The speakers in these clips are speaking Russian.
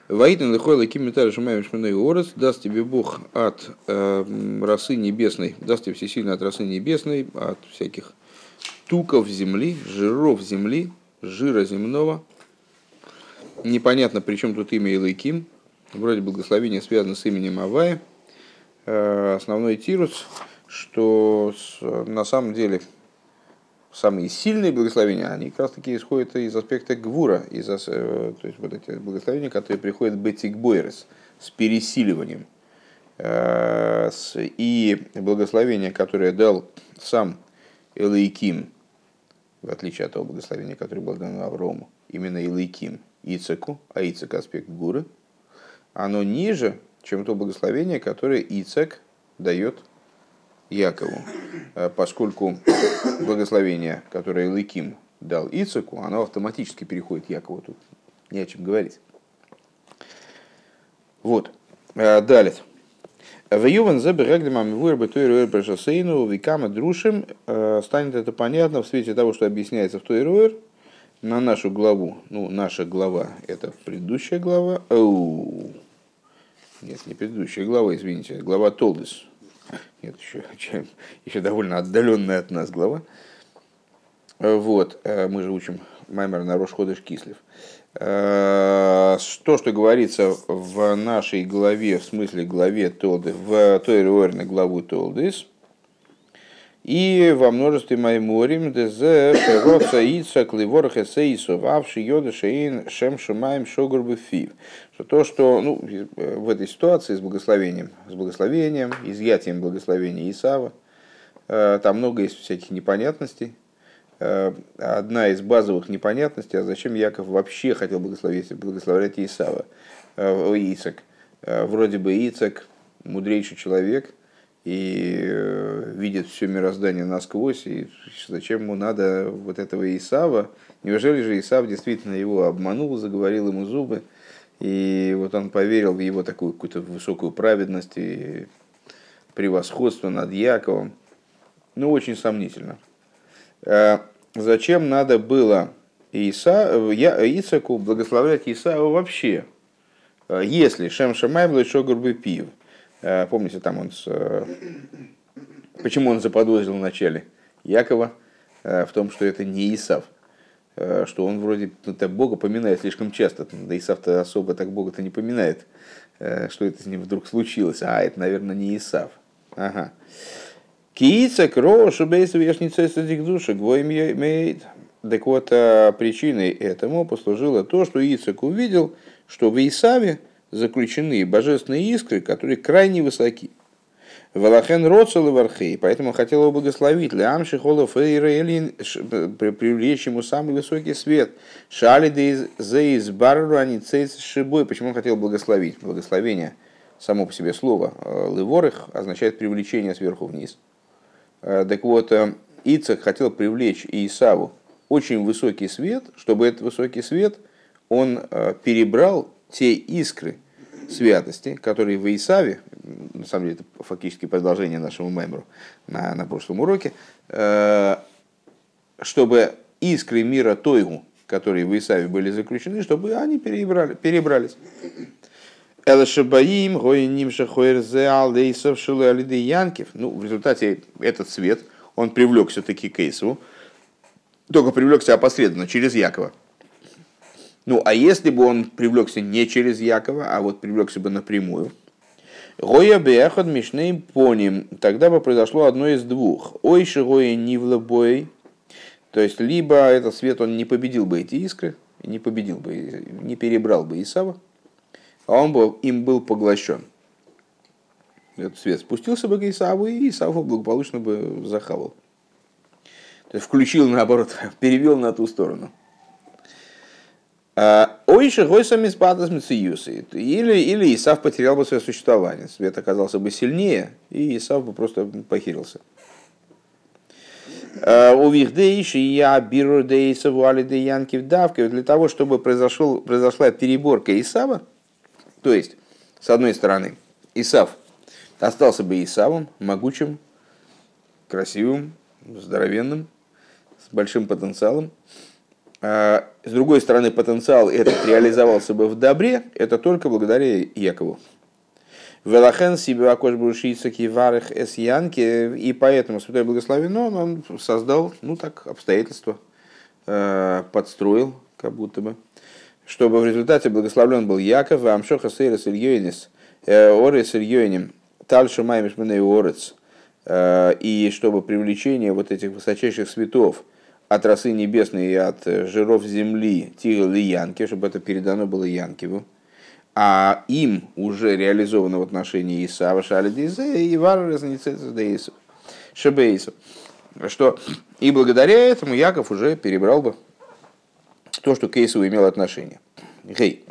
Ваитан лихой лаким металь шумаем шминой орец, даст тебе Бог от росы небесной, даст тебе всесильно от росы небесной, от всяких туков земли, жиров земли, жира земного. Непонятно, при чем тут имя Илайким. Вроде благословение связано с именем Авая. Основной тирус, что на самом деле самые сильные благословения, они как раз таки исходят из аспекта гвура, то есть вот эти благословения, которые приходят бетикбойрес, с пересиливанием. И благословение, которое дал сам Элайким, в отличие от того благословения, которое было дано Аврому, именно Элайким Ицеку, а Ицек аспект гуры, оно ниже, чем то благословение, которое Ицек дает Якову, поскольку благословение, которое Элайким дал Ицеку, оно автоматически переходит Якову, тут не о чем говорить. Вот, далее. В Юван забереглимам вырбы той руэр прошосейну викама друшим станет это понятно в свете того, что объясняется в той руэр на нашу главу. Ну, наша глава это предыдущая глава. Нет, не предыдущая глава, извините, глава Толдес. Нет, еще довольно отдаленная от нас глава. Вот, мы же учим Маймер на Рош Ходеш Кислев. То, что говорится в нашей главе, в смысле главе Толды, в той руэрной главу Толдес, и во множестве Майморим, дезе шероца Ицак ливорах эсейсов, авши йода шеин шем шумаем шогурбы фив. То, что в этой ситуации с благословением, изъятием благословения Исава, там много есть всяких непонятностей. Одна из базовых непонятностей, а зачем Яков вообще хотел благословлять Исава, Ицак. Вроде бы Ицак мудрейший человек и видит все мироздание насквозь, и зачем ему надо вот этого Исава? Неужели же Исав действительно его обманул, заговорил ему зубы, и вот он поверил в его такую какую-то высокую праведность и превосходство над Яковом? Очень сомнительно. Зачем надо было Ицаку благословлять Исава вообще, если Шем Шамаем Лешогур бы пив? Помните, там почему он заподозрил вначале Якова в том, что это не Исав, что он вроде Бога поминает слишком часто, да Исав-то особо так Бога-то не поминает, что это с ним вдруг случилось, это, наверное, не Исав. Ага. Киицек рошу бейсу вешница садик душа гвоим имеет. Так вот, причиной этому послужило то, что Ицек увидел, что в Исаве заключены божественные искры, которые крайне высоки. Валахен роцел и вархей, поэтому хотел его благословить. Лямши холов эйрэлин, привлечь ему самый высокий свет. Шали зейз барру аницейс шибой. Почему он хотел благословить? Благословение, само по себе слово лыворых, означает привлечение сверху вниз. Так вот, Ицек хотел привлечь Исаву очень высокий свет, чтобы этот высокий свет, он перебрал те искры святости, которые в Исаве, на самом деле это фактически продолжение нашему мемору на прошлом уроке, чтобы искры мира Тойгу, которые в Исаве были заключены, чтобы они перебрались. Элшабаим, Гойним Шахуэрзе, Алдейсов, Шилы Алиды Янкив. В результате этот свет, он привлекся таки к Исаву, только привлекся опосредованно, через Якова. А если бы он привлекся не через Якова, а вот привлекся бы напрямую, Гоя Беахад Мишней Поним, тогда бы произошло одно из двух. Ойши Гоя Нивлабой, то есть либо этот свет, он не победил бы эти искры, не перебрал бы Исава, а им был поглощен. Этот свет спустился бы к Исаву, и Исав благополучно бы захавал. То есть включил, наоборот, перевел на ту сторону. Ойши гойсами спатас мициюсы. Или Исав потерял бы свое существование. Свет оказался бы сильнее, и Исав бы просто похерился. Увихдейши я биру дейса вуали деянки вдавки. Для того, чтобы произошла переборка Исава, то есть, с одной стороны, Исав остался бы Исавом, могучим, красивым, здоровенным, с большим потенциалом. С другой стороны, потенциал этот реализовался бы в добре, это только благодаря Якову. Велахен себе акош брушица киварах эс янки, и поэтому Святой Благословен он создал, ну так, обстоятельства, подстроил, как будто бы, чтобы в результате благословлен был Яков, амшоха сейрес ильёйнис, орес ильёйним, тальшу маймиш меней орец, и чтобы привлечение вот этих высочайших светов от росы небесной и от жиров земли тигли Янки, чтобы это передано было Янкиву, а им уже реализовано в отношении Исава Шалидизе и Варрезницецедеисов, Шебейсов, что и благодаря этому Яков уже перебрал бы то, что к Исаву имел отношение. Гей.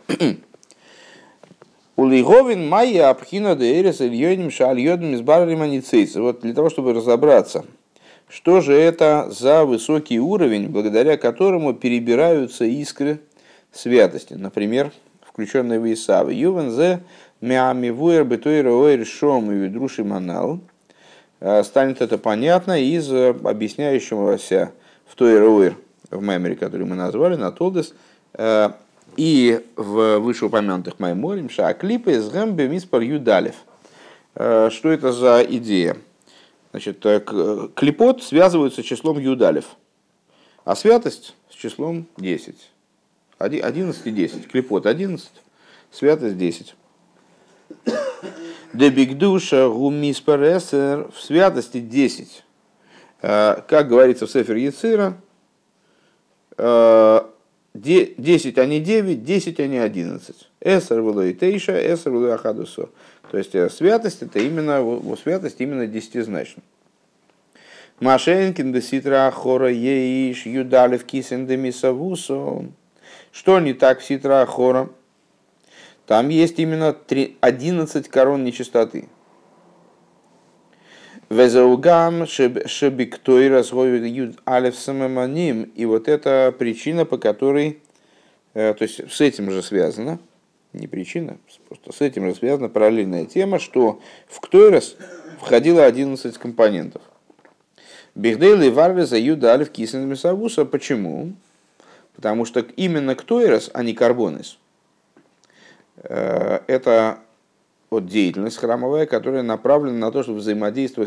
Улиговин майя абхина деэрес ильёним шальёдным избаррим аницейс. Вот для того, чтобы разобраться, что же это за высокий уровень, благодаря которому перебираются искры святости. Например, включенные в Исава. Ювен зе миамивуэр бетуэр оэр шом и ведруши манал. Станет это понятно из объясняющегося в Тойр оэр, в маймере, который мы назвали, на Толдес, и в вышеупомянутых майморим шааклипы с гэмбе миспар юдалев. Что это за идея? Значит, клипот связываются с числом юдалев, а святость с числом 10. 11 и 10. Клипот 11, святость 10. Дебигдуша гумиспаресер, в святости 10. Как говорится в Сефер Яцира, 10, а не 9, 10, а не 11. Эсер вэлой тейша, эсер вэлой ахадусор. То есть святость это именно, святость именно десятизначна. Машенкин де ситра хора еиш юдалев кисен де мисавусо. Что не так в ситра хора? Там есть именно 11 корон нечистоты. Везаугам шебиктойра свой юд алев самаманим. И вот это причина, по которой, то есть с этим же связано, не причина, просто с этим же связана параллельная тема, что в Ктойрос входило 11 компонентов. Бихдейли варве за юда алев кисен мисавуса. Почему? Потому что именно Ктойрос, а не карбонис, это вот деятельность храмовая, которая направлена на то, чтобы взаимодействовать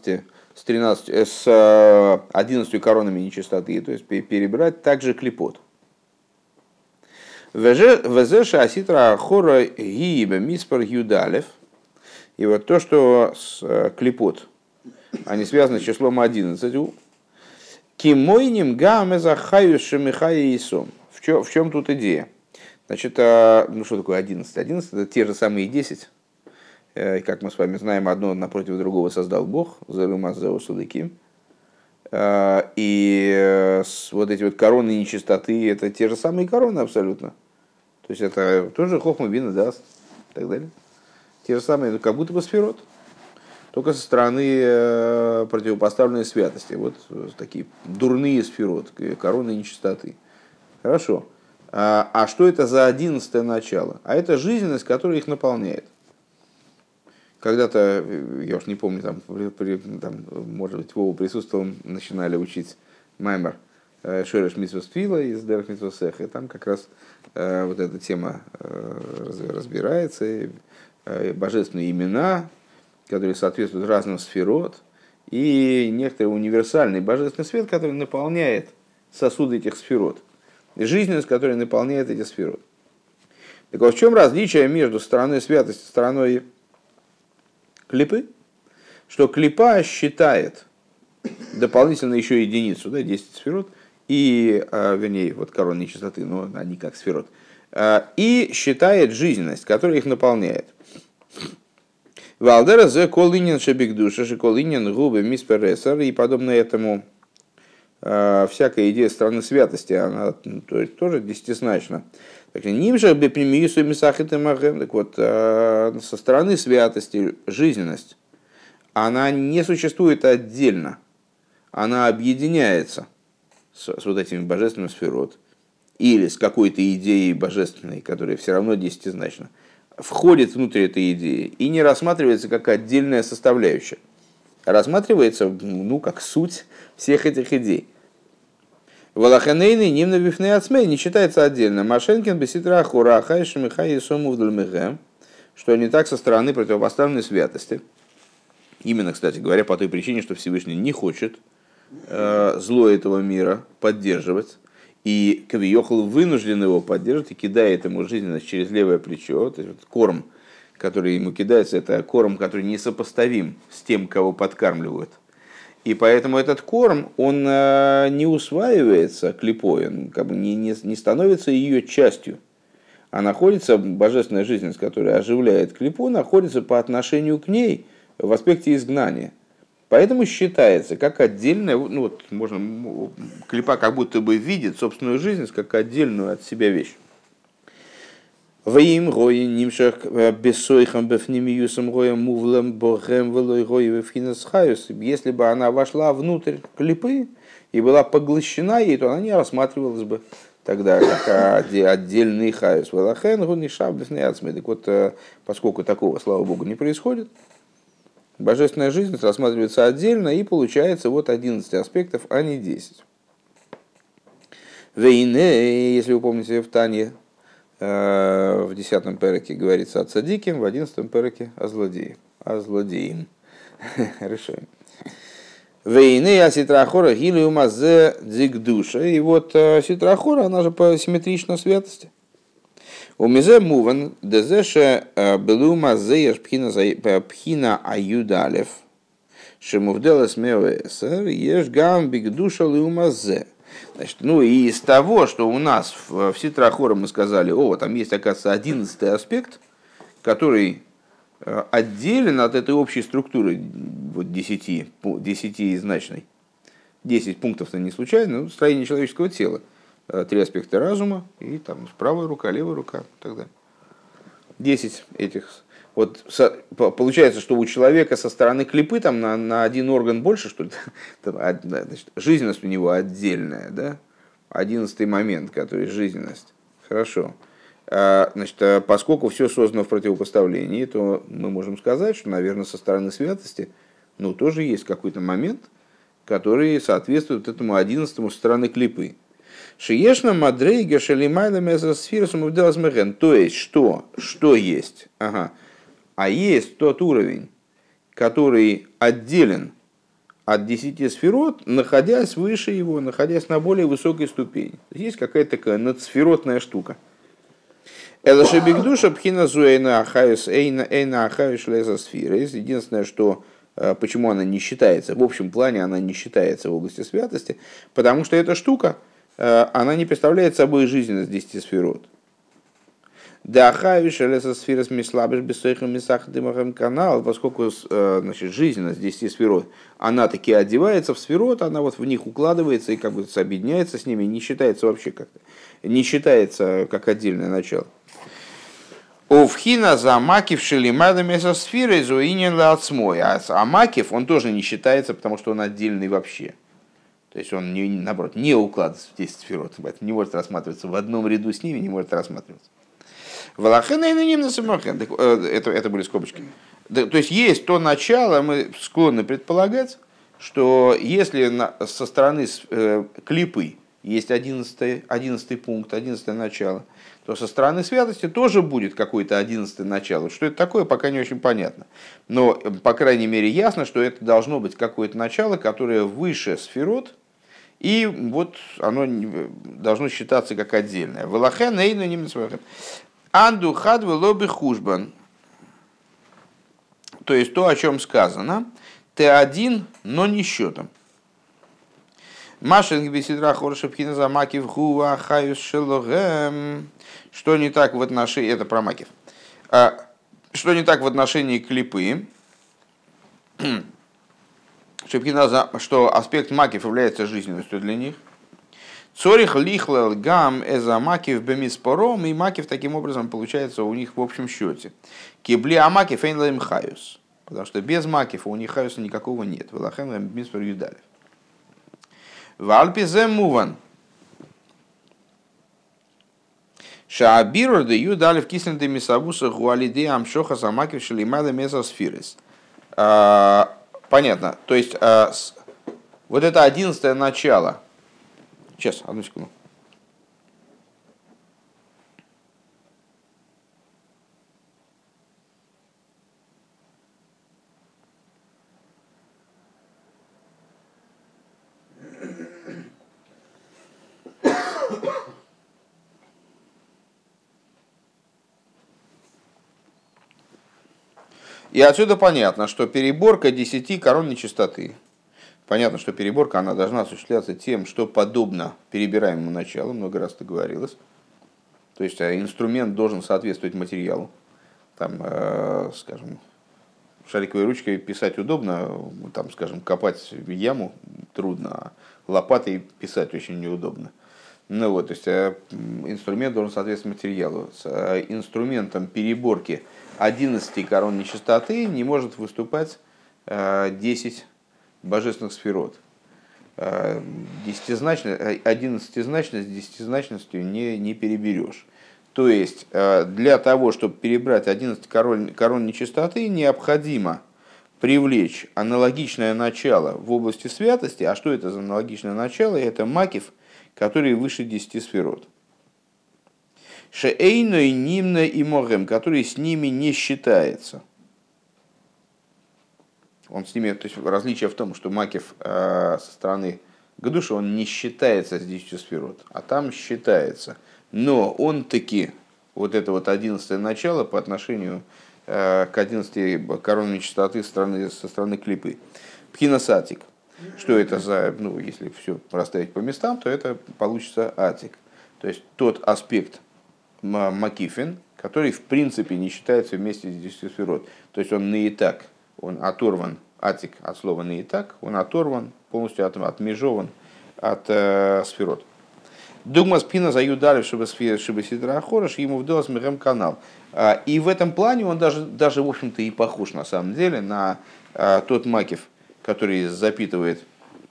с 11 коронами нечистоты, то есть перебирать также клипот. Везеша аситра хора гиибе миспар юдалев. И вот то, что с клипот, они связаны с числом 11. Кимойним гамеза хаю шемихая исом. В чем тут идея? Значит, ну что такое 11? 11 это те же самые 10. Как мы с вами знаем, одно напротив другого создал Бог, Зарумас Заусудыким. И вот эти вот короны нечистоты, это те же самые короны абсолютно. То есть это тоже хохма бина даст и так далее. Те же самые, как будто бы сферот, только со стороны противопоставленной святости. Вот такие дурные сферот, короны нечистоты. Хорошо. А что это за 11-е начало? А это жизненность, которая их наполняет. Когда-то, я уж не помню, там, может быть, Вова присутствовал, начинали учить маймер Шереш Митсвос Твила из Дерх Митсвос Эха, и там как раз вот эта тема разбирается, божественные имена, которые соответствуют разным сферот, и некоторый универсальный божественный свет, который наполняет сосуды этих сферот, жизненность, которая наполняет эти сферот. Так вот, в чем различие между стороной святости и стороной клипы? Что клипа считает дополнительно еще единицу, да, 10 сферот, и, вернее, вот корон нечистоты, но они как сферот, и считает жизненность, которая их наполняет. Валдера зе колинин шебикдуша, шеколинин губы миспересар, и подобно этому всякая идея стороны святости, она тоже десятизначна. Так вот, со стороны святости жизненность, она не существует отдельно, она объединяется с вот этими божественными сферот или с какой-то идеей божественной, которая все равно десятизначна, входит внутрь этой идеи и не рассматривается как отдельная составляющая, а рассматривается как суть всех этих идей. Валаханейный нимна бифней ацмей не считается отдельно. Машенкин беситра хура хайши михай и сому вдальмеге, что не так со стороны противопоставленной святости. Именно, кстати говоря, по той причине, что Всевышний не хочет зло этого мира поддерживать. И Кавиохал вынужден его поддерживать и кидает ему жизненность через левое плечо. То есть вот корм, который ему кидается, это корм, который несопоставим с тем, кого подкармливают. И поэтому этот корм, он не усваивается клипой, он как бы не становится ее частью. А находится, божественная жизненность, которая оживляет клипу, находится по отношению к ней в аспекте изгнания. Поэтому считается как отдельная, ну вот можно, клипа как будто бы видит собственную жизненность как отдельную от себя вещь. Если бы она вошла внутрь клипы и была поглощена ей, то она не рассматривалась бы тогда как отдельный хаюс. Так вот, поскольку такого, слава богу, не происходит, божественная жизнь рассматривается отдельно и получается вот 11 аспектов, а не 10. Если вы помните в Тане, в 10-м переке говорится о цадике, в 11-м переке о злодеях. О злодеям. Решаем. Вейны а ситрахора гилю мазе дзигдуша. И вот ситрахора, она же симметрична святости. У мизе муван дезеше белу мазе еш пхина аюдалев. Шемувделес меоэсер еш гам бигдуша лу мазе. Значит, ну и из того, что у нас в Ситрахора мы сказали, там есть, оказывается, 11-й аспект, который отделен от этой общей структуры вот 10-значной. 10 пунктов-то не случайно, строение человеческого тела. 3 аспекта разума, и там правая рука, левая рука, и так далее. 10 этих. Вот получается, что у человека со стороны клипы там на один орган больше, что ли, значит, жизненность у него отдельная, да? 11-й момент, который жизненность. Хорошо. Значит, поскольку все создано в противопоставлении, то мы можем сказать, что, наверное, со стороны святости, тоже есть какой-то момент, который соответствует этому 11-му со стороны клипы. Шиешна мадрейга шалимайна мезосфирсум вделазмеген. То есть, что есть? Ага. А есть тот уровень, который отделен от 10 сферот, находясь выше его, находясь на более высокой ступени. Есть какая-то такая надсферотная штука. Элашебигдуша пхина зуэйна ахаюс эйна ахаюс лезосфирес. Единственное, что почему она не считается, в общем плане она не считается в области святости, потому что эта штука, она не представляет собой жизненность 10 сферот. Да ахаюс лезосфирес мислабеш бессойхам мисах дымахам канал, поскольку жизненность 10 сферот, она таки одевается в сферот, она вот в них укладывается и как бы объединяется с ними, не считается вообще как-то, не считается как отдельное начало. Овхина за Макив шелимада месосфиры зуинен лацмой. А Макив, он тоже не считается, потому что он отдельный вообще. То есть он, наоборот, не укладывается в 10 сферот. Это не может рассматриваться в одном ряду с ними, не может рассматриваться. Валахена и наним на самохен. Это были скобочки. То есть то начало, мы склонны предполагать, что если со стороны клипы есть 11-й пункт, 11-е начало, то со стороны святости тоже будет какое-то 11-е начало. Что это такое, пока не очень понятно. Но, по крайней мере, ясно, что это должно быть какое-то начало, которое выше сферот, и вот оно должно считаться как отдельное. Валахен эйну нимнесвахен. Анду хадвы лоби хужбан. То есть то, о чем сказано, Т1, но не счетом. Машинг бисидра хоршепхина за макив хуа хаюс шелогем. Что не так в отношении... Это про макив. Что не так в отношении клипы? Что аспект макив является жизненностью для них. Цорих лихлел гам эза макив бемиспором. И макив таким образом получается у них в общем счете. Кибли амакив эйнлэм хаюс. Потому что без макифа у них хаюса никакого нет. Вэлахэн лэм бемиспор юдалев. Вальпизе муван. Шаабиру даю дали в кисленде мисабуса гуалиде амшоха самакив шелимада месосфирис. Понятно. То есть вот это 11-е начало, Сейчас, одну секунду. И отсюда понятно, что переборка 10 корон нечистоты. Понятно, что переборка она должна осуществляться тем, что подобно перебираемому началу, много раз это говорилось. То есть инструмент должен соответствовать материалу. Там, скажем, шариковой ручкой писать удобно, там, скажем, копать яму трудно, а лопатой писать очень неудобно. Ну вот, то есть инструмент должен соответствовать материалу. С инструментом переборки 11 корон нечистоты не может выступать 10 божественных сферот. 11-значность с 10-значностью не переберешь. То есть для того, чтобы перебрать 11 корон нечистоты, необходимо привлечь аналогичное начало в области святости. А что это за аналогичное начало? Это макиф, который выше 10 сферот. Шеэйной, нимна и могем, который с ними не считается. Он с ними, то есть различие в том, что макиф со стороны Гдуши, он не считается с 10 сферот, а там считается. Но он таки, вот это вот 11 начало по отношению к 11 коронам нечистоты со стороны клипы. Пхинас-атик. Что это за, ну, если все расставить по местам, то это получится атик. То есть тот аспект макифин, который в принципе не считается вместе с 10 сферот. То есть он наитак, он оторван, атик от слова наитак, он оторван, полностью отмежован от сферот. Дугма спина за юдали, чтобы сидра охораш, ему вдалось мирем канал. И в этом плане он даже в общем-то и похож на самом деле на тот макиф, который запитывает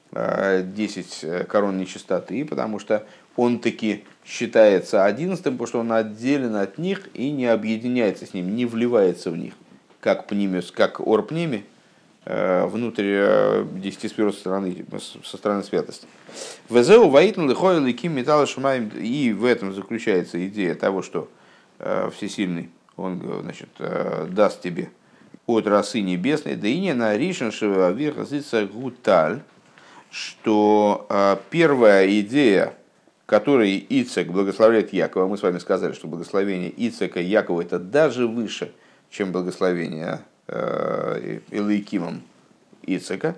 10 корон нечистоты, потому что он таки считается 11-м, потому что он отделен от них и не объединяется с ним, не вливается в них, как пнимис, как ор пними, внутрь 10 сфер со стороны святости. Везеу воитн лихой ликим металла шумаем, и в этом заключается идея того, что Всесильный, он, значит, даст тебе от росы небесной, да и не на ришеншего верхозица гуталь, что первая идея, которой Ицек благословляет Якова, мы с вами сказали, что благословение Ицека Якова это даже выше, чем благословение Элейкимом Ицека.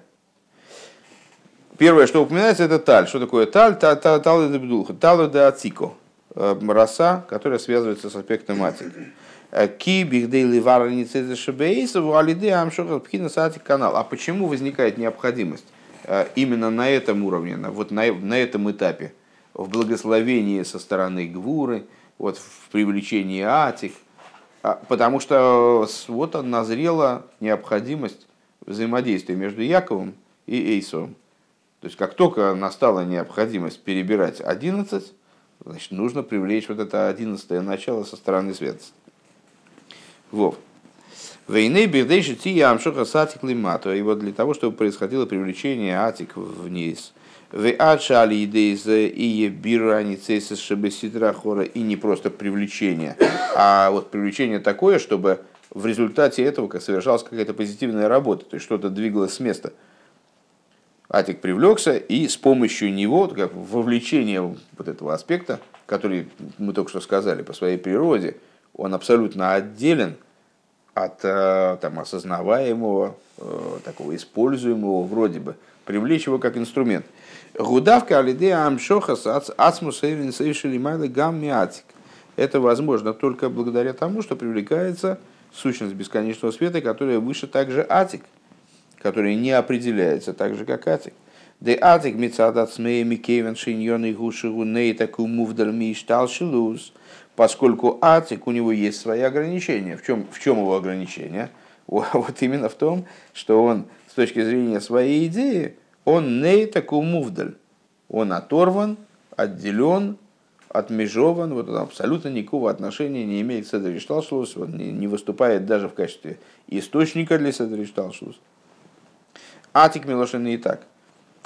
Первое, что упоминается, это таль. Что такое таль? Таль это бдулха. Таль это ацико. Роса, которая связывается с аспектом атик. Ки бихдейли варницы шебейсов алиды амшохат пхинас атик канал. А почему возникает необходимость именно на этом уровне, вот на этом этапе, в благословении со стороны Гвуры, вот в привлечении атик? Потому что вот назрела необходимость взаимодействия между Яковом и Эйсовым. То есть, как только настала необходимость перебирать 11, значит, нужно привлечь вот это 11-е начало со стороны святости. Вов. Войны бирдейши ти амшоха сатик лимато. И вот для того, чтобы происходило привлечение атик вниз. В ачали идеи и бираницейс шебесидра хора, и не просто привлечение, а вот привлечение такое, чтобы в результате этого совершалась какая-то позитивная работа, то есть что-то двигалось с места. Атик привлекся, и с помощью него, как вовлечение вот этого аспекта, который мы только что сказали по своей природе, он абсолютно отделен от там, осознаваемого, такого используемого вроде бы, привлечь его как инструмент. Гудавка алидея амшохас ацмус эйвин майла гамми атик. Это возможно только благодаря тому, что привлекается сущность бесконечного света, которая выше также атик, которая не определяется так же, как атик. Де атик мицадат смеями кевен шиньон и гушигу нейтаку мувдаль миштал шилуз. Поскольку атик, у него есть свои ограничения. В чем его ограничения? Вот именно в том, что он с точки зрения своей идеи, он нейтаку мувдаль. Он оторван, отделен, отмежован, вот он абсолютно никакого отношения не имеет к седер шталшус, он не выступает даже в качестве источника для седер шталшус. Атик милошин не так.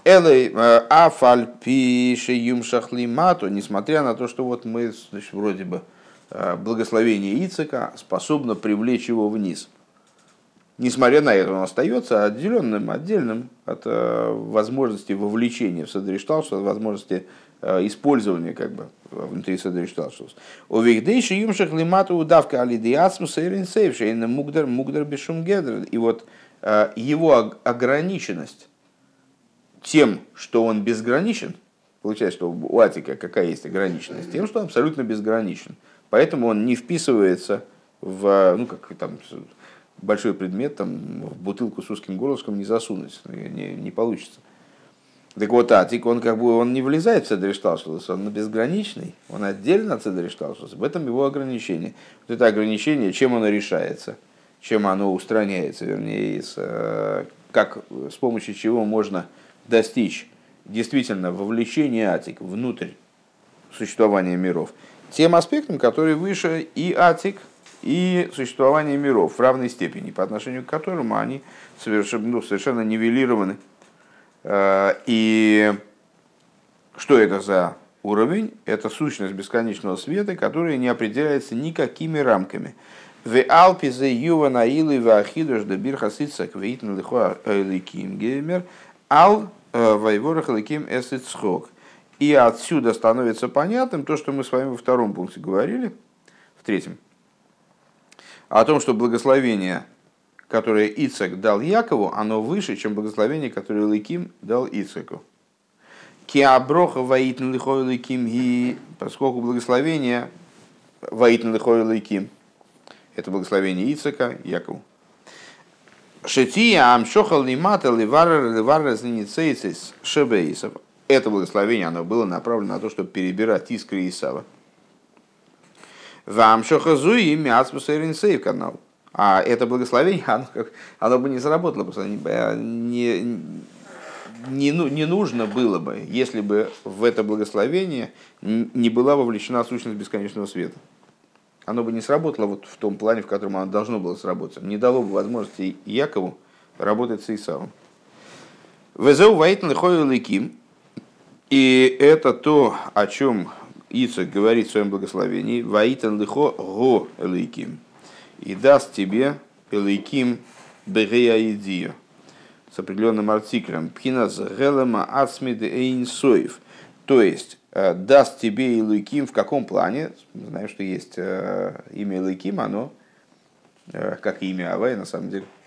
Элей афаль пише юм шахлимату, несмотря на то, что вот мы, значит, вроде бы благословение Ицека способно привлечь его вниз. Несмотря на это, он остается отдельным от возможности вовлечения в Седришталшус, от возможности использования как бы внутри Седришталшус. У Вихдейши юм шахлимату удавка алидиацму сейрин сейвшейна мугдар бешум гедр. И вот его ограниченность тем, что он безграничен, получается, что у Атика какая есть ограниченность? Тем, что он абсолютно безграничен. Поэтому он не вписывается в, ну, как там, большой предмет там, в бутылку с узким горлышком не засунуть, не получится. Так вот, Атик, он как бы он не влезает в Седришталшус, он безграничный, он отдельно от Седришталшус. В этом его ограничение. Вот это ограничение, чем оно решается, чем оно устраняется, вернее, как, с помощью чего можно достичь действительно вовлечения Атик внутрь существования миров, тем аспектом, который выше и Атик, и существование миров в равной степени, по отношению к которым они совершенно нивелированы. И что это за уровень? Это сущность бесконечного света, которая не определяется никакими рамками. В Алпизе Юва Наилы Вахидуш де Бирхасицак Вейтн Лихуа Эликим Геймер Ал Вайворах Эликим Эсицхок. И отсюда становится понятным то, что мы с вами во втором пункте говорили, в третьем, о том, что благословение, которое Ицек дал Якову, оно выше, чем благословение, которое Эликим дал Ицеку. Киаброха Ваитн Лихуа Эликим Ги, поскольку благословение Ваитн Лихуа Эликим это благословение Ицека Якову. Шетия амшохал лимата ливар зеницейцис шебеисов. Это благословение, оно было направлено на то, чтобы перебирать искры Исава. Вамшоха зуи мяцмус эринсейв канал. А это благословение, оно бы не сработало, просто не нужно было бы, если бы в это благословение не была вовлечена сущность бесконечного света. Оно бы не сработало вот в том плане, в котором оно должно было сработать. Не дало бы возможности Якову работать с Исавом. Везеу ваитн лихой ликим. И это то, о чем Ицек говорит в своем благословении. Ваитн лихо го ликим. И даст тебе ликим бегеяидию. С определенным артиклем. Пхинас гелема ацмиде эйнсоев. То есть, даст тебе Элоким в каком плане? Мы знаем, что есть имя Элоким, оно, как и имя Авай, на самом деле,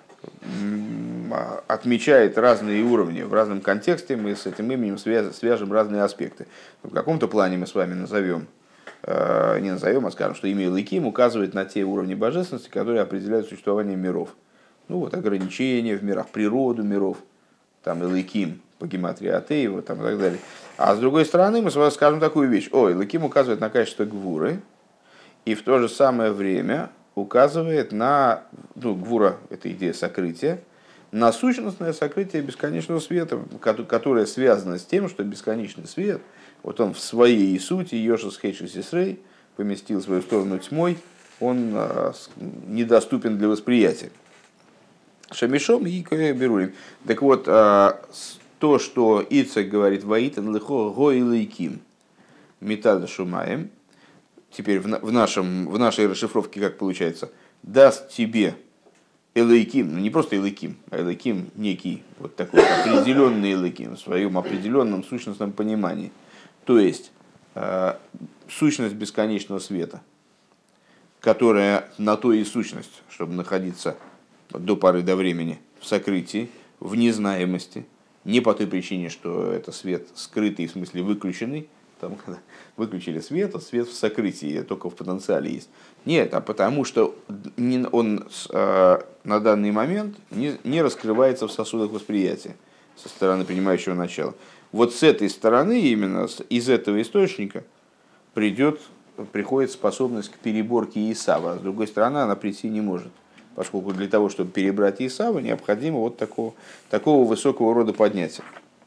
отмечает разные уровни. В разном контексте мы с этим именем свяжем разные аспекты. В каком-то плане мы с вами назовем, не назовем, а скажем, что имя Элоким указывает на те уровни божественности, которые определяют существование миров. Ну вот, ограничения в мирах, природу миров, там Элоким, по гематрии Атеева, там, и так далее. А с другой стороны, мы с вами скажем такую вещь. Элоким указывает на качество гвуры, и в то же самое время указывает на, гвура – это идея сокрытия, на сущностное сокрытие бесконечного света, которое связано с тем, что бесконечный свет, вот он в своей сути, Йошес Хейшес Исрей, поместил свою сторону тьмой, он недоступен для восприятия. Шамишом и Берулим. Так вот, то, что Ицек говорит «Ваитан лихо го илайким метада шумаем», теперь в нашей расшифровке как получается, даст тебе Элейким, не просто Элейким, а Элейким некий, вот такой определенный Элейким, в своем определенном сущностном понимании. То есть, сущность бесконечного света, которая на то и сущность, чтобы находиться до поры до времени в сокрытии, в незнаемости, не по той причине, что это свет скрытый, в смысле выключенный, там, когда выключили свет, а свет в сокрытии, только в потенциале есть. Нет, а потому что он на данный момент не раскрывается в сосудах восприятия со стороны принимающего начала. Вот с этой стороны, именно из этого источника, приходит способность к переборке Исава, а с другой стороны она прийти не может. Поскольку для того, чтобы перебрать Исава, необходимо вот такого высокого рода поднятия.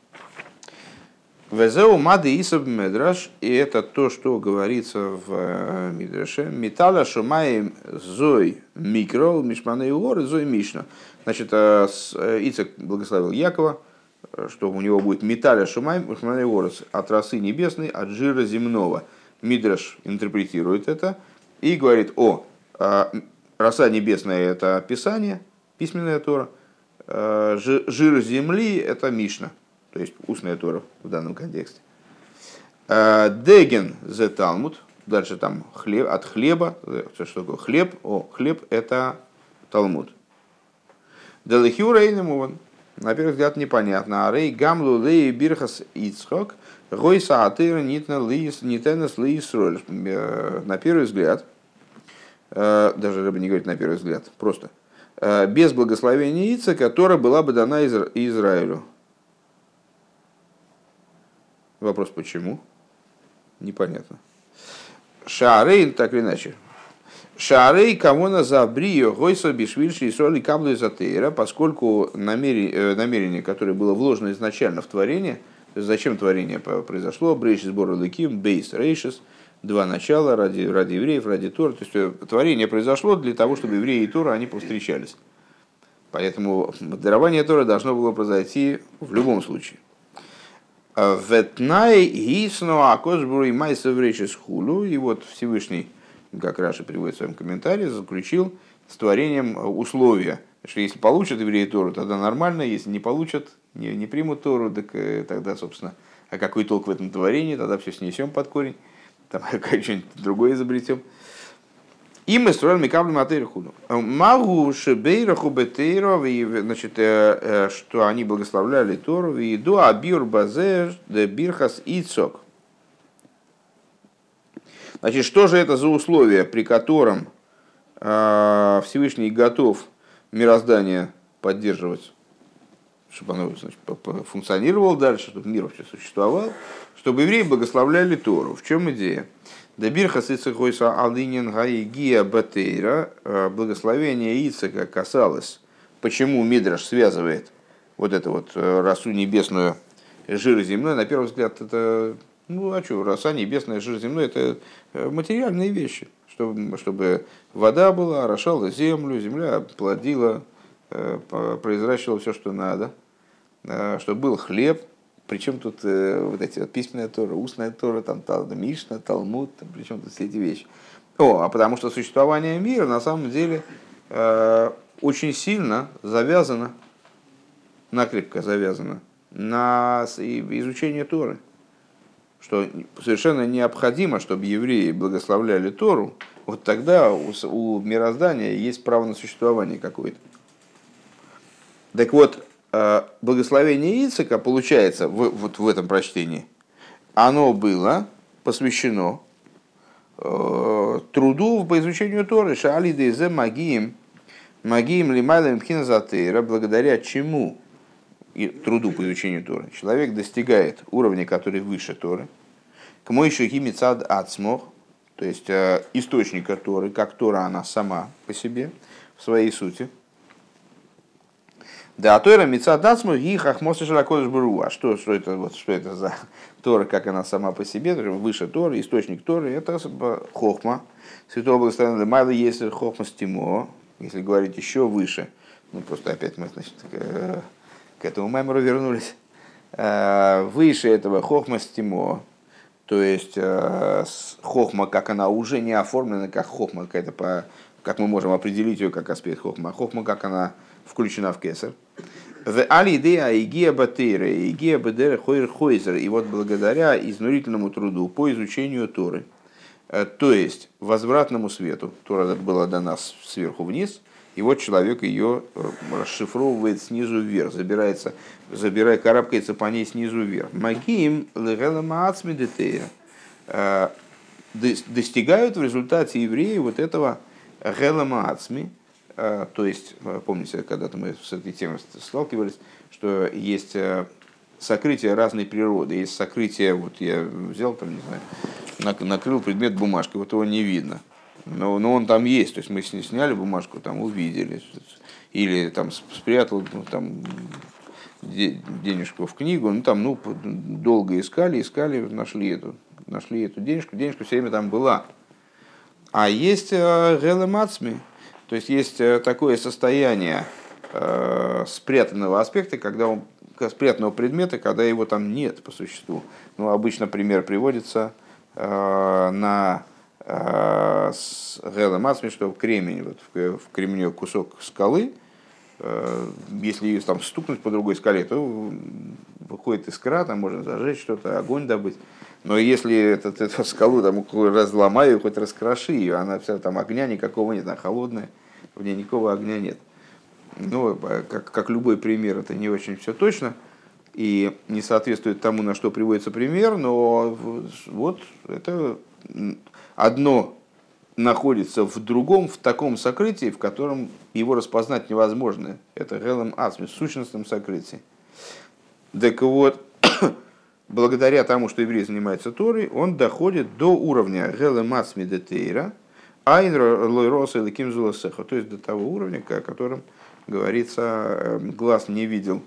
Везеу мады Исав Медраш, и это то, что говорится в Мидраше. Металла шумаем зой микро, мишманы уор, зой мишна. Значит, Ицек благословил Якова, что у него будет металля шумай ворос от росы небесной, от жира земного. Мидраш интерпретирует это и говорит: роса небесная – это Писание, письменная Тора, жир земли – это Мишна, то есть устная Тора в данном контексте. Деген зе Талмуд, дальше там хлеб, от хлеба, что такое хлеб? Хлеб – это Талмуд. Делехиу рейнемуван, на первый взгляд непонятно. Арей гамлу лей бирхас ицхок, гойса атыр нитенес лейс роль. На первый взгляд, даже рыба не говорит на первый взгляд, просто без благословения Ицхака, которая была бы дана Израилю. Вопрос почему? Непонятно. Шаарей, так или иначе. Шаарей кавона забрио гойса бишвильши и соли каблу изотейра, поскольку намерение, которое было вложено изначально в творение, то есть зачем творение произошло, брейшис сбор лыким, бейс рейшис, два начала ради евреев, ради Тора. То есть творение произошло для того, чтобы евреи и Тора они повстречались. Поэтому дарование Тора должно было произойти в любом случае. Ветнай гисну акосбуру и майсов рейшис хулу. И вот Всевышний, как Раши приводит в своем комментарии, заключил с творением условия, что если получат евреи Тору, тогда нормально, если не получат, не примут Тору, так тогда, собственно, а какой толк в этом творении, тогда все снесем под корень, там что-нибудь другое изобретем. И мы строим микаблем атейра худу. Магу шебейраху бетейра, значит, что они благословляли Тору, и до абир базер де бирхас ицок. Значит, что же это за условия, при котором Всевышний готов мироздание поддерживать, чтобы оно, значит, функционировало дальше, чтобы мир вообще существовал, чтобы евреи благословляли Тору. В чем идея? Дебирхас Ицхойса Алинин Гаигия Батейра. Благословение Ицхака касалось, почему Мидраш связывает вот эту вот росу небесную, жир земной. На первый взгляд, это, роса небесная, жир земной, это материальные вещи. Чтобы вода была, орошала землю, земля плодила, произращивала все, что надо, чтобы был хлеб. Причем тут вот эти вот письменная Тора, устная Тора, там Мишна, Талмуд, причем тут все эти вещи. А потому что существование мира на самом деле очень сильно завязано, накрепко завязано на изучение Торы. Что совершенно необходимо, чтобы евреи благословляли Тору, вот тогда у мироздания есть право на существование какое-то. Так вот, благословение Ицхака, получается, вот в этом прочтении, оно было посвящено труду по изучению Торы, шаали дезе магиим лимайлем пхиназатейра, благодаря чему и труду по изучению Торы человек достигает уровня, который выше Торы, к моишу гимицад ацмох, то есть источника Торы, как Тора она сама по себе, в своей сути. Да, Тора мицадацму и хахмосы широкодыш бруа. Что это за Тора, как она сама по себе, выше Торы, источник Торы, это хохма. Святого благословенного Майла есть хохма стимо, если говорить еще выше. Просто опять мы, значит, к этому маймеру вернулись. Выше этого хохма стимо, то есть хохма, как она уже не оформлена, как хохма какая-то, как мы можем определить ее как аспект хохма, а хохма, как она включена в кесар. В алидея игия батейра, игия бедера хойр хойзер. И вот благодаря изнурительному труду по изучению Торы, то есть возвратному свету, Тора была дана сверху вниз, и вот человек ее расшифровывает снизу вверх, карабкается по ней снизу вверх. Магиим легеламаацми детея. Достигают в результате евреи вот этого геламаацми. То есть, помните, когда-то мы с этой темой сталкивались, что есть сокрытие разной природы. Есть сокрытие, вот я взял, там, не знаю, накрыл предмет бумажкой, вот его не видно. Но он там есть, то есть мы сняли бумажку, там увидели. Или там спрятал там, денежку в книгу, долго искали, нашли эту денежку. Денежка все время там была. А есть гелемацми. То есть есть такое состояние спрятанного аспекта, когда спрятанного предмета, когда его там нет по существу. Ну, обычно пример приводится на Гелем Ацми, что кремень, вот в кремне кусок скалы, если ее там стукнуть по другой скале, то выходит искра, там можно зажечь что-то, огонь добыть. Но если эту скалу там разломаю, хоть раскроши ее, она вся там огня никакого нет, она холодная, в ней никакого огня нет. Ну, как любой пример, это не очень все точно и не соответствует тому, на что приводится пример, но вот это одно находится в другом, в таком сокрытии, в котором его распознать невозможно. Это Гелем Ацми, в сущностном сокрытии. Так вот, благодаря тому, что еврей занимается Торой, он доходит до уровня Гелем Ацми де Тейра, Айн Лойроса и Леким Зуласеха, то есть до того уровня, о котором говорится, глаз не видел,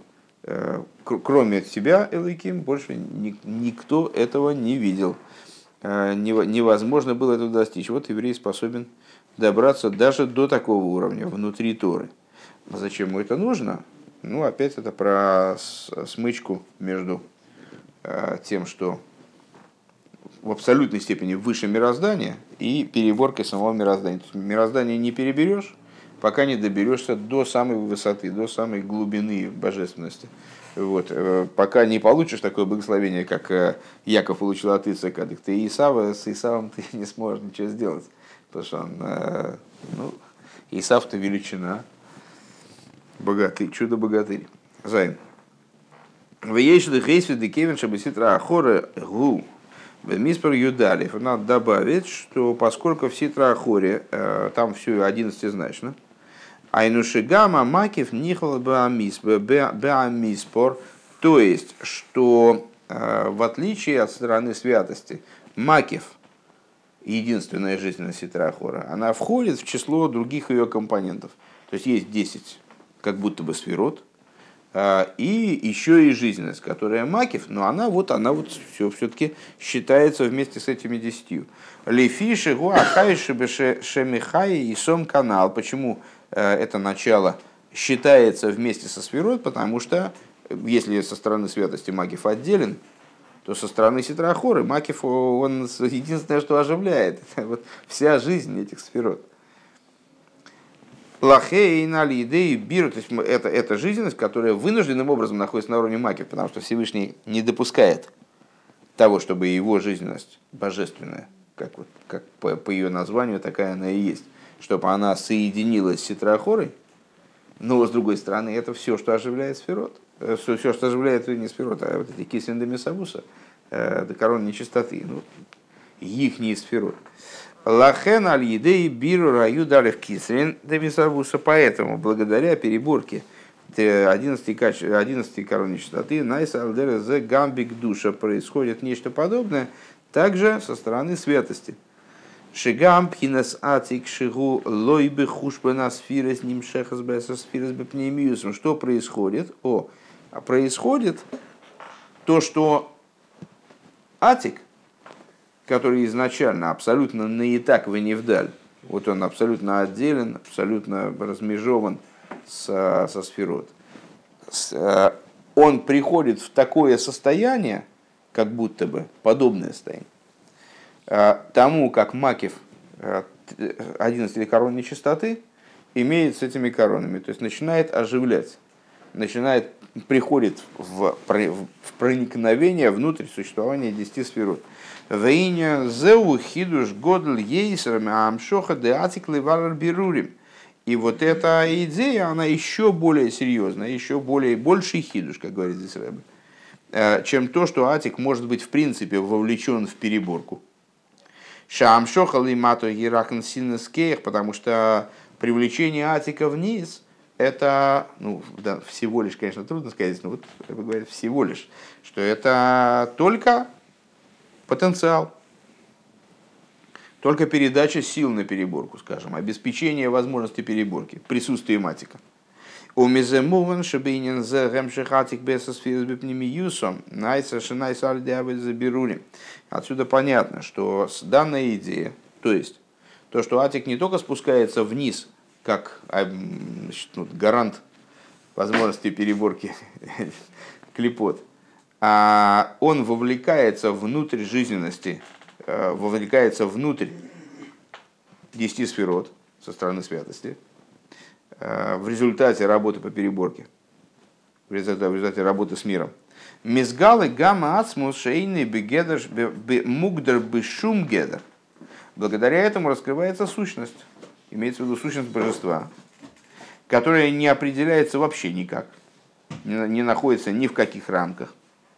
кроме себя, Элоким, больше никто этого не видел. Невозможно было этого достичь. Вот еврей способен добраться даже до такого уровня внутри Торы. Зачем ему это нужно? Ну, опять это про смычку между тем, что в абсолютной степени выше мироздания, и переборкой самого мироздания. То есть мироздание не переберешь, пока не доберешься до самой высоты, до самой глубины божественности. Вот. Пока не получишь такое благословение, как Яков получил от Ицхака, так ты с Исавом ты не сможешь ничего сделать. Потому что он, Исав-то величина, богатый, чудо-богатырь. Зайн. В Ейшли Хейсви Декевин Шабаситра Ахора Гу. В Миспер Юдалев надо добавить, что поскольку в Ситра Ахоре там все 11-значно, Айнушигама Макив Нихал Беамиспор, то есть, что в отличие от стороны святости, Макив, единственная жизненность Ситра Ахора, она входит в число других ее компонентов. То есть есть 10 как будто бы сферот, и еще и жизненность, которая Макив, но она все-таки считается вместе с этими 10. Лефиши, Гуахайши, Шемихай и Сом канал. Почему это начало считается вместе со сферот? Потому что если со стороны святости Макив отделен, то со стороны Ситрахоры Макив, он единственное, что оживляет. Это вот вся жизнь этих сферот. Лахейн алидей биру, то есть это жизненность, которая вынужденным образом находится на уровне Макив, потому что Всевышний не допускает того, чтобы его жизненность божественная, как по ее названию, такая она и есть, чтобы она соединилась с Ситрахорой, но с другой стороны, это все, что оживляет сферот, все, что оживляет не сферот, а вот эти кисен де месавуса, докорон нечистоты, их не сферот. Лахен аль едей биру раю далев кисрин демисавуса. Поэтому, благодаря переборке 11 корон нечистоты, найс алдера зе гамбик душа, происходит нечто подобное также со стороны святости. Шигам пхинас атик шигу лойбе хушпена сфирес ним шехас беса сфирес бепнемиусом. Что происходит? Происходит то, что атик, который изначально абсолютно наитак и не вдаль, вот он абсолютно отделен, абсолютно размежован со сферот, он приходит в такое состояние, как будто бы подобное состояние, тому, как Макив 11 корон нечистоты имеет с этими коронами, то есть начинает оживлять, приходит в проникновение внутрь существования 10 сферот. Вейня зеу хидуш годль ейсерами амшоха де атикли варар бирурим. И вот эта идея, она еще более серьезная, еще больший хидуш, как говорит здесь Ребе, чем то, что атик может быть в принципе вовлечен в переборку. Шамшоха лимато гиракн синнескех, потому что привлечение атика вниз, это, всего лишь, конечно, трудно сказать, но вот Ребе говорит всего лишь, что это только потенциал, только передача сил на переборку, скажем, обеспечение возможности переборки, присутствие матика. Отсюда понятно, что данная идея, то есть то, что атик не только спускается вниз, как гарант возможности переборки клипот, он вовлекается внутрь жизненности, вовлекается внутрь 10 сферот со стороны святости в результате работы по переборке, в результате работы с миром. Мизгалы гамма ацмус шейный бегедер мугдер бешум гедер. Благодаря этому раскрывается сущность, имеется в виду сущность божества, которая не определяется вообще никак, не находится ни в каких рамках.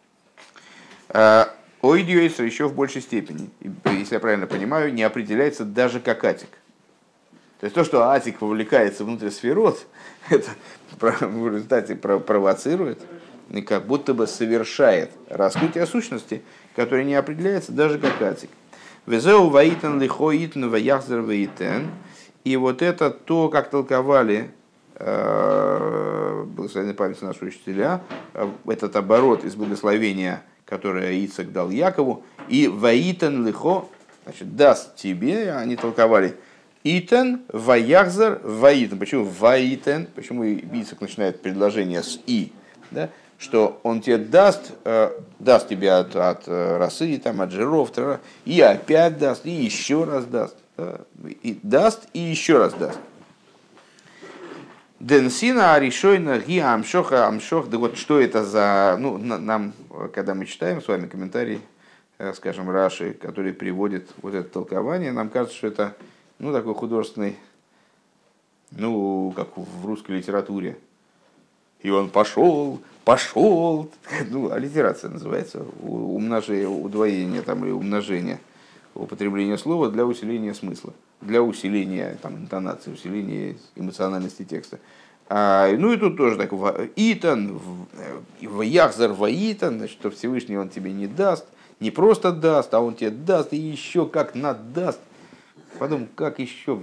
Ойдиойс еще в большей степени, если я правильно понимаю, не определяется даже как атик. То есть то, что атик вовлекается внутрь сферот, это в результате провоцирует и как будто бы совершает раскрытие сущности, которое не определяется даже как атик. Везеу ваитен лихоитн ваяхзер ваитен. И вот это то, как толковали благословенной памяти наши учителя, этот оборот из благословения, которое Ицхак дал Якову, и ваитен лихо, значит, даст тебе, они толковали итен, ваяхзер, ваитен. Почему ваитен? Почему Ицхак начинает предложение с и? Да? Что он тебе даст тебе от росы, там, от жиров, и опять даст, и еще раз даст. Да? И даст, и еще раз даст. Денсина аришойна ги амшоха амшох. Да вот что это за... Ну, нам, когда мы читаем с вами комментарий, скажем, Раши, который приводит вот это толкование, нам кажется, что это такой художественный, как в русской литературе. И он пошел, аллитерация называется, удвоение там, или умножение, употребление слова для усиления смысла, для усиления там, интонации, усиления эмоциональности текста. И тут тоже так, итан, ваяхзар ваитан, значит, что Всевышний он тебе не даст, не просто даст, а он тебе даст и еще как надаст. Потом, как еще...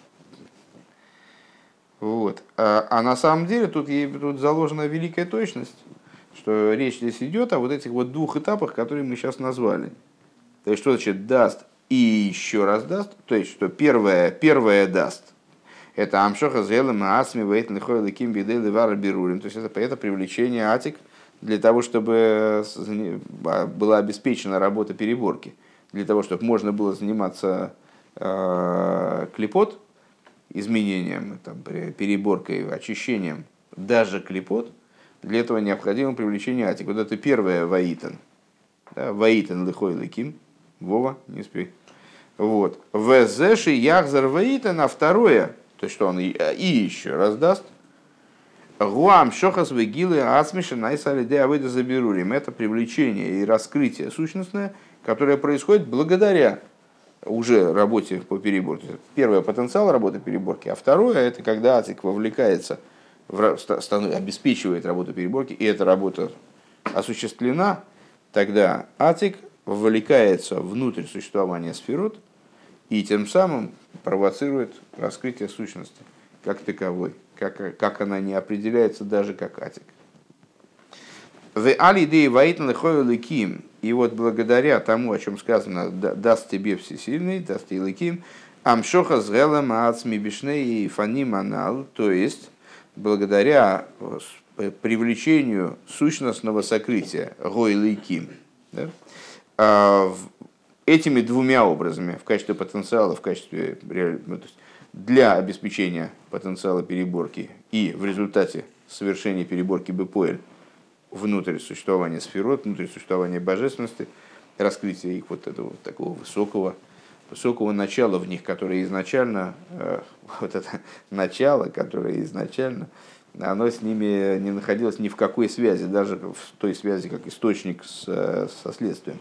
Вот. А на самом деле тут заложена великая точность, что речь здесь идет о вот этих вот двух этапах, которые мы сейчас назвали. То есть, что значит даст и еще раз даст, то есть, что первое даст, это амшоха зелем асми вейтн лихой леким бидей левара берурим, то есть, это привлечение атик для того, чтобы была обеспечена работа переборки, для того, чтобы можно было заниматься клипот, изменением, там, переборкой, очищением, даже клипот, для этого необходимо привлечение атик. Вот это первое ваитан. Да, ваитан лихой леким. Вова, не спи. Вот. Везеши яхзар ваитан, а второе, то есть что он и еще раз даст. Гуам шохас вегилы ацмиша найсалиде авыда заберурим. Это привлечение и раскрытие сущностное, которое происходит благодаря уже работе по переборке. Первое — потенциал работы переборки, а второе — это когда атик вовлекается, обеспечивает работу переборки, и эта работа осуществлена, тогда атик вовлекается внутрь существования сферот и тем самым провоцирует раскрытие сущности как таковой, как она не определяется даже как атик. И вот благодаря тому, о чем сказано, даст тебе всесильный, даст тебе лыким, амшоха с гелем ацми бишней и фаним анал, то есть благодаря привлечению сущностного сокрытия гой лыким, да, этими двумя образами, в качестве потенциала, в качестве для обеспечения потенциала переборки и в результате совершения переборки бепоэль внутрь существования сферот, внутрь существования божественности, раскрытие их вот этого такого высокого начала в них, которое изначально, вот это начало, которое изначально, оно с ними не находилось ни в какой связи, даже в той связи, как источник со следствием.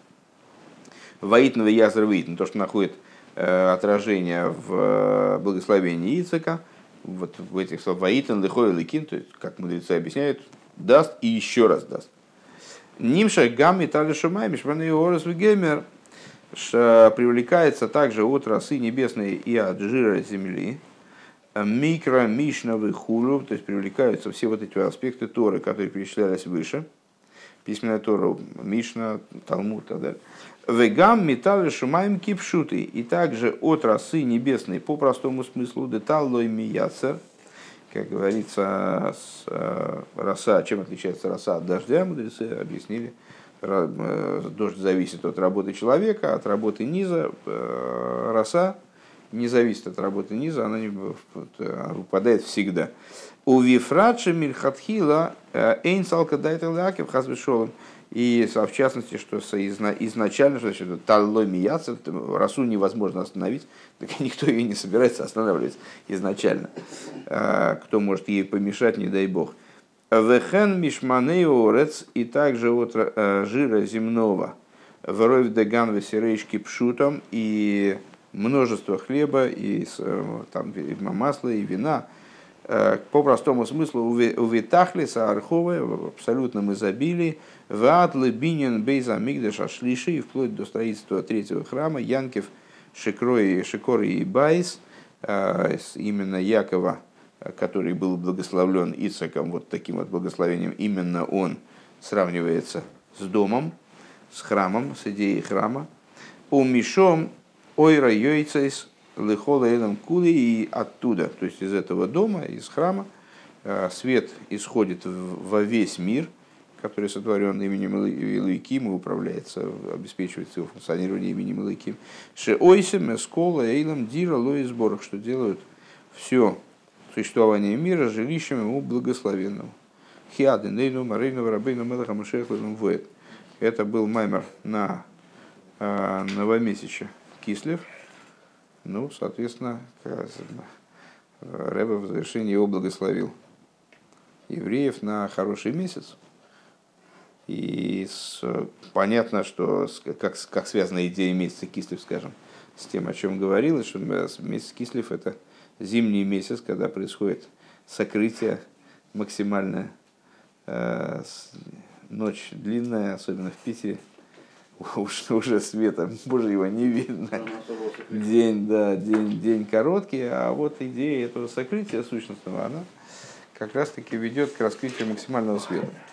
Ваитн веязр ваитн, то, что находит отражение в благословении Ицхака, вот в этих словах ваитн лихой ликин, то есть, как мудрецы объясняют, даст и еще раз даст. Нимша гамми тали шумай мишваны орас вегемер привлекается также от росы небесной и от жира земли. Микро мишновый хулу, то есть привлекаются все вот эти аспекты Торы, которые перечислялись выше. Письменная Тора, Мишна, Талмуд, так далее. Вегам металли шумаем кипшуты. И также от росы небесной по простому смыслу деталлой мияцер как говорится, роса, чем отличается роса от дождя, мудрецы объяснили. Дождь зависит от работы человека, от работы низа. Роса не зависит от работы низа, она выпадает всегда. У вифрача мильхатхила эйн салка дайтел якев хазбешолом. И в частности, что изначально, что таллой мияцев, росу невозможно остановить, так никто ее не собирается останавливать изначально. Кто может ей помешать, не дай бог. Вехен мишманей орец, и также от жира земного, вровь деган весерейшки пшутом, и множество хлеба, и там, масла, и вина, по простому смыслу, у витахлиса арховы в абсолютном изобилии, в атлы бинин бейза мигдаша шлиши, вплоть до строительства третьего храма, Янкев, Шикор и Байс, именно Якова, который был благословлен Ицхаком вот таким вот благословением, именно он сравнивается с домом, с храмом, с идеей храма. У Мишом ойра йойцейс лихола элам кули, и оттуда, то есть из этого дома, из храма, свет исходит во весь мир, который сотворен именем Элоким и управляется, обеспечивается его функционирование именем Элоким. Ше ойсем эскола эйлам дира лоис борах, что делают все существование мира жилищем ему благословенному. Хиады нейну марейну рабейну мелаха машехлэну воет. Это был маймер на новомесяче Кислев. Ну, соответственно, Ребе в завершении его благословил евреев на хороший месяц. И понятно, что как связана идея месяца Кислев, скажем, с тем, о чем говорилось, что месяц Кислев – это зимний месяц, когда происходит сокрытие максимальное, ночь длинная, особенно в Питере, уже света Божьего не видно. День короткий, а вот идея этого сокрытия сущностного, она как раз таки ведет к раскрытию максимального света.